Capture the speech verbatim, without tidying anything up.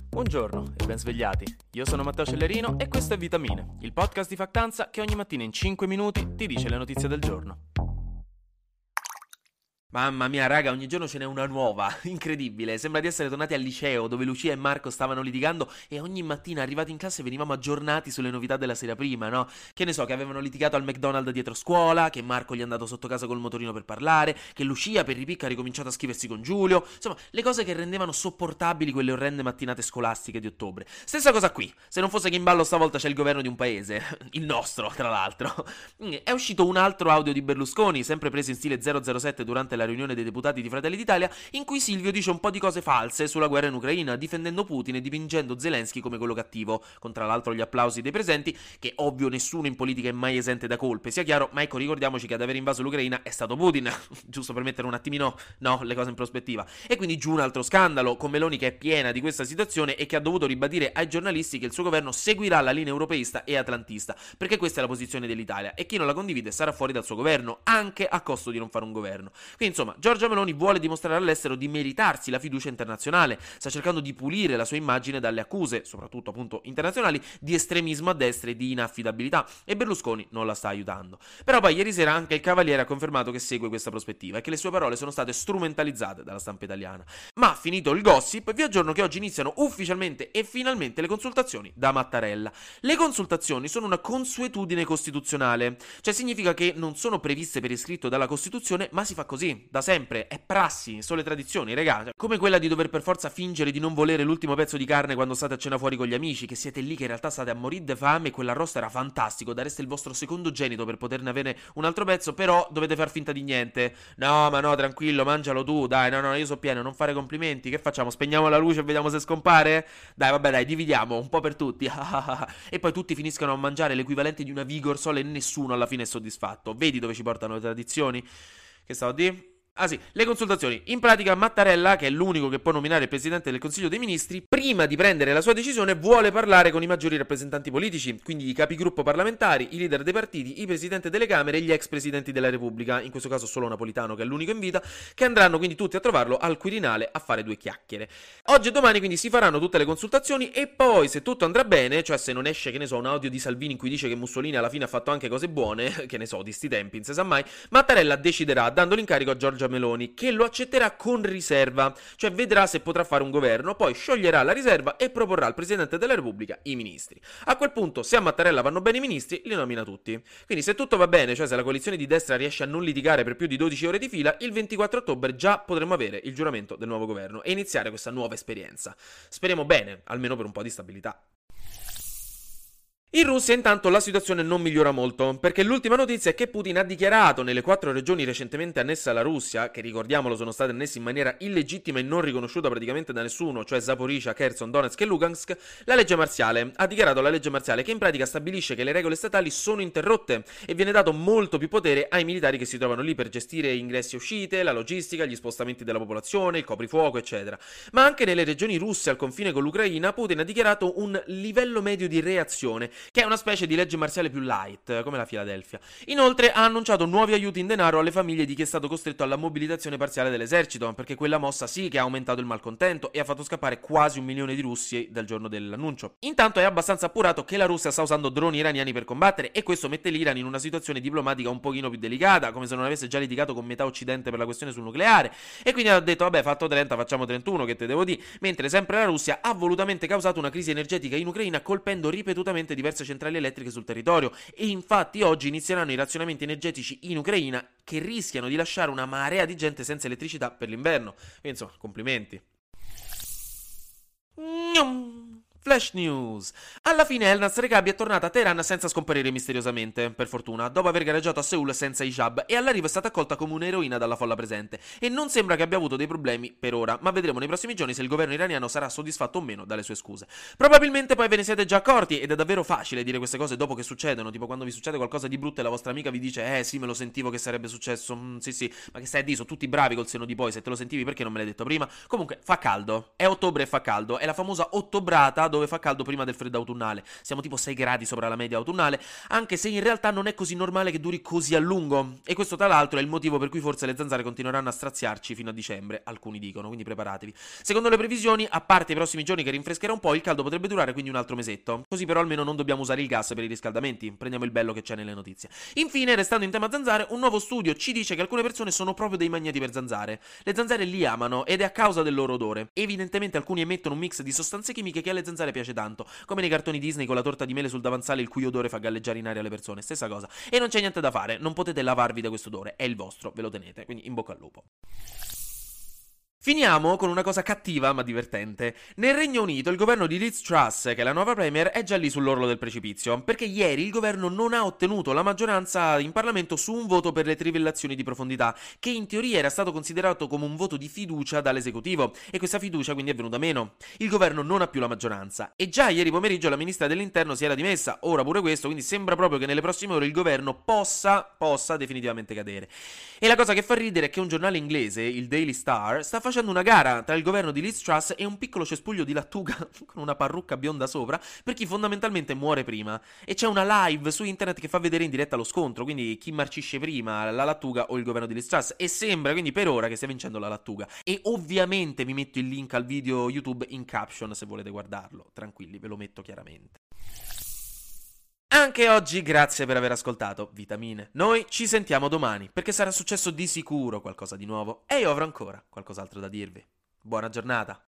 Buongiorno e ben svegliati, io sono Matteo Cellerino e questo è Vitamine, il podcast di Factanza che ogni mattina in cinque minuti ti dice le notizie del giorno. Mamma mia raga, ogni giorno ce n'è una nuova, incredibile, sembra di essere tornati al liceo dove Lucia e Marco stavano litigando e ogni mattina arrivati in classe venivamo aggiornati sulle novità della sera prima, no? Che ne so, che avevano litigato al McDonald's dietro scuola, che Marco gli è andato sotto casa col motorino per parlare, che Lucia per ripicca ha ricominciato a scriversi con Giulio, insomma, le cose che rendevano sopportabili quelle orrende mattinate scolastiche di ottobre. Stessa cosa qui, se non fosse che in ballo stavolta c'è il governo di un paese, il nostro tra l'altro. È uscito un altro audio di Berlusconi, sempre preso in stile zero zero sette durante la riunione dei deputati di Fratelli d'Italia, in cui Silvio dice un po' di cose false sulla guerra in Ucraina, difendendo Putin e dipingendo Zelensky come quello cattivo, con tra l'altro gli applausi dei presenti, che ovvio nessuno in politica è mai esente da colpe, sia chiaro, ma ecco ricordiamoci che ad aver invaso l'Ucraina è stato Putin, giusto per mettere un attimino, no, le cose in prospettiva. E quindi giù un altro scandalo, con Meloni che è piena di questa situazione e che ha dovuto ribadire ai giornalisti che il suo governo seguirà la linea europeista e atlantista, perché questa è la posizione dell'Italia e chi non la condivide sarà fuori dal suo governo, anche a costo di non fare un governo. Quindi insomma, Giorgia Meloni vuole dimostrare all'estero di meritarsi la fiducia internazionale, sta cercando di pulire la sua immagine dalle accuse, soprattutto appunto internazionali, di estremismo a destra e di inaffidabilità, e Berlusconi non la sta aiutando. Però poi ieri sera anche il Cavaliere ha confermato che segue questa prospettiva e che le sue parole sono state strumentalizzate dalla stampa italiana. Ma finito il gossip, vi aggiorno che oggi iniziano ufficialmente e finalmente le consultazioni da Mattarella. Le consultazioni sono una consuetudine costituzionale, cioè significa che non sono previste per iscritto dalla Costituzione, ma si fa così, da sempre, è prassi, sono le tradizioni, regà, cioè, come quella di dover per forza fingere di non volere l'ultimo pezzo di carne quando state a cena fuori con gli amici, che siete lì che in realtà state a morire di fame e quell'arrosto era fantastico, dareste il vostro secondogenito per poterne avere un altro pezzo, però dovete far finta di niente. No, ma no, tranquillo, mangialo tu, dai, no, no, io so pieno, non fare complimenti, che facciamo? Spegniamo la luce e vediamo se scompare? Dai, vabbè, dai, dividiamo, un po' per tutti, e poi tutti finiscono a mangiare l'equivalente di una Vigor Sole e nessuno alla fine è soddisfatto. Vedi dove ci portano le tradizioni? Che stavo a dire? Ah sì, le consultazioni. In pratica Mattarella, che è l'unico che può nominare il Presidente del Consiglio dei Ministri, prima di prendere la sua decisione vuole parlare con i maggiori rappresentanti politici, quindi i capigruppo parlamentari, i leader dei partiti, i presidenti delle Camere e gli ex presidenti della Repubblica, in questo caso solo Napolitano che è l'unico in vita, che andranno quindi tutti a trovarlo al Quirinale a fare due chiacchiere. Oggi e domani quindi si faranno tutte le consultazioni e poi se tutto andrà bene, cioè se non esce che ne so un audio di Salvini in cui dice che Mussolini alla fine ha fatto anche cose buone, che ne so di sti tempi, non si sa mai, Mattarella deciderà dando l'incarico a Giorgia Meloni, che lo accetterà con riserva, cioè vedrà se potrà fare un governo, poi scioglierà la riserva e proporrà al Presidente della Repubblica i ministri. A quel punto, se a Mattarella vanno bene i ministri, li nomina tutti. Quindi se tutto va bene, cioè se la coalizione di destra riesce a non litigare per più di dodici ore di fila, il ventiquattro ottobre già potremo avere il giuramento del nuovo governo e iniziare questa nuova esperienza. Speriamo bene, almeno per un po' di stabilità. In Russia intanto la situazione non migliora molto, perché l'ultima notizia è che Putin ha dichiarato nelle quattro regioni recentemente annesse alla Russia, che ricordiamolo sono state annesse in maniera illegittima e non riconosciuta praticamente da nessuno, cioè Zaporizhzhia, Kherson, Donetsk e Lugansk, la legge marziale. Ha dichiarato la legge marziale che in pratica stabilisce che le regole statali sono interrotte e viene dato molto più potere ai militari che si trovano lì per gestire ingressi e uscite, la logistica, gli spostamenti della popolazione, il coprifuoco, eccetera. Ma anche nelle regioni russe al confine con l'Ucraina, Putin ha dichiarato un livello medio di reazione, che è una specie di legge marziale più light, come la Philadelphia. Inoltre ha annunciato nuovi aiuti in denaro alle famiglie di chi è stato costretto alla mobilitazione parziale dell'esercito, perché quella mossa sì che ha aumentato il malcontento e ha fatto scappare quasi un milione di russi dal giorno dell'annuncio. Intanto è abbastanza appurato che la Russia sta usando droni iraniani per combattere e questo mette l'Iran in una situazione diplomatica un pochino più delicata, come se non avesse già litigato con metà occidente per la questione sul nucleare, e quindi ha detto vabbè fatto trenta facciamo trentuno, che te devo dire, mentre sempre la Russia ha volutamente causato una crisi energetica in Ucraina colpendo ripetutamente diverse centrali elettriche sul territorio e infatti oggi inizieranno i razionamenti energetici in Ucraina che rischiano di lasciare una marea di gente senza elettricità per l'inverno. Quindi insomma, complimenti. Flash News. Alla fine Elnaz Rekabi è tornata a Teheran senza scomparire misteriosamente, per fortuna, dopo aver gareggiato a Seoul senza hijab e all'arrivo è stata accolta come un'eroina dalla folla presente e non sembra che abbia avuto dei problemi per ora, ma vedremo nei prossimi giorni se il governo iraniano sarà soddisfatto o meno dalle sue scuse. Probabilmente poi ve ne siete già accorti ed è davvero facile dire queste cose dopo che succedono, tipo quando vi succede qualcosa di brutto e la vostra amica vi dice eh sì me lo sentivo che sarebbe successo, mm, sì sì, ma che stai a dire, sono tutti bravi col seno di poi, se te lo sentivi perché non me l'hai detto prima? Comunque fa caldo, è ottobre e fa caldo, è la famosa ottobrata dove fa caldo prima del freddo autunnale. Siamo tipo sei gradi sopra la media autunnale, anche se in realtà non è così normale che duri così a lungo. E questo tra l'altro è il motivo per cui forse le zanzare continueranno a straziarci fino a dicembre, alcuni dicono, quindi preparatevi. Secondo le previsioni, a parte i prossimi giorni che rinfrescherà un po', il caldo potrebbe durare quindi un altro mesetto. Così però almeno non dobbiamo usare il gas per i riscaldamenti. Prendiamo il bello che c'è nelle notizie. Infine, restando in tema zanzare, un nuovo studio ci dice che alcune persone sono proprio dei magneti per zanzare. Le zanzare li amano ed è a causa del loro odore. Evidentemente alcuni emettono un mix di sostanze chimiche che alle zanzare piace tanto, come nei cartoni Disney con la torta di mele sul davanzale il cui odore fa galleggiare in aria le persone, stessa cosa. E non c'è niente da fare, non potete lavarvi da questo odore, è il vostro, ve lo tenete, quindi in bocca al lupo. Finiamo con una cosa cattiva ma divertente. Nel Regno Unito il governo di Liz Truss, che è la nuova premier, è già lì sull'orlo del precipizio, perché ieri il governo non ha ottenuto la maggioranza in Parlamento su un voto per le trivellazioni di profondità, che in teoria era stato considerato come un voto di fiducia dall'esecutivo, e questa fiducia quindi è venuta meno. Il governo non ha più la maggioranza, e già ieri pomeriggio la ministra dell'interno si era dimessa, ora pure questo, quindi sembra proprio che nelle prossime ore il governo possa, possa definitivamente cadere. E la cosa che fa ridere è che un giornale inglese, il Daily Star, sta facendo una gara tra il governo di Liz Truss e un piccolo cespuglio di lattuga con una parrucca bionda sopra per chi fondamentalmente muore prima. E c'è una live su internet che fa vedere in diretta lo scontro, quindi chi marcisce prima, la lattuga o il governo di Liz Truss. E sembra quindi per ora che stia vincendo la lattuga. E ovviamente vi metto il link al video YouTube in caption se volete guardarlo. Tranquilli, ve lo metto chiaramente. Anche oggi grazie per aver ascoltato Vitamine. Noi ci sentiamo domani, perché sarà successo di sicuro qualcosa di nuovo e io avrò ancora qualcos'altro da dirvi. Buona giornata!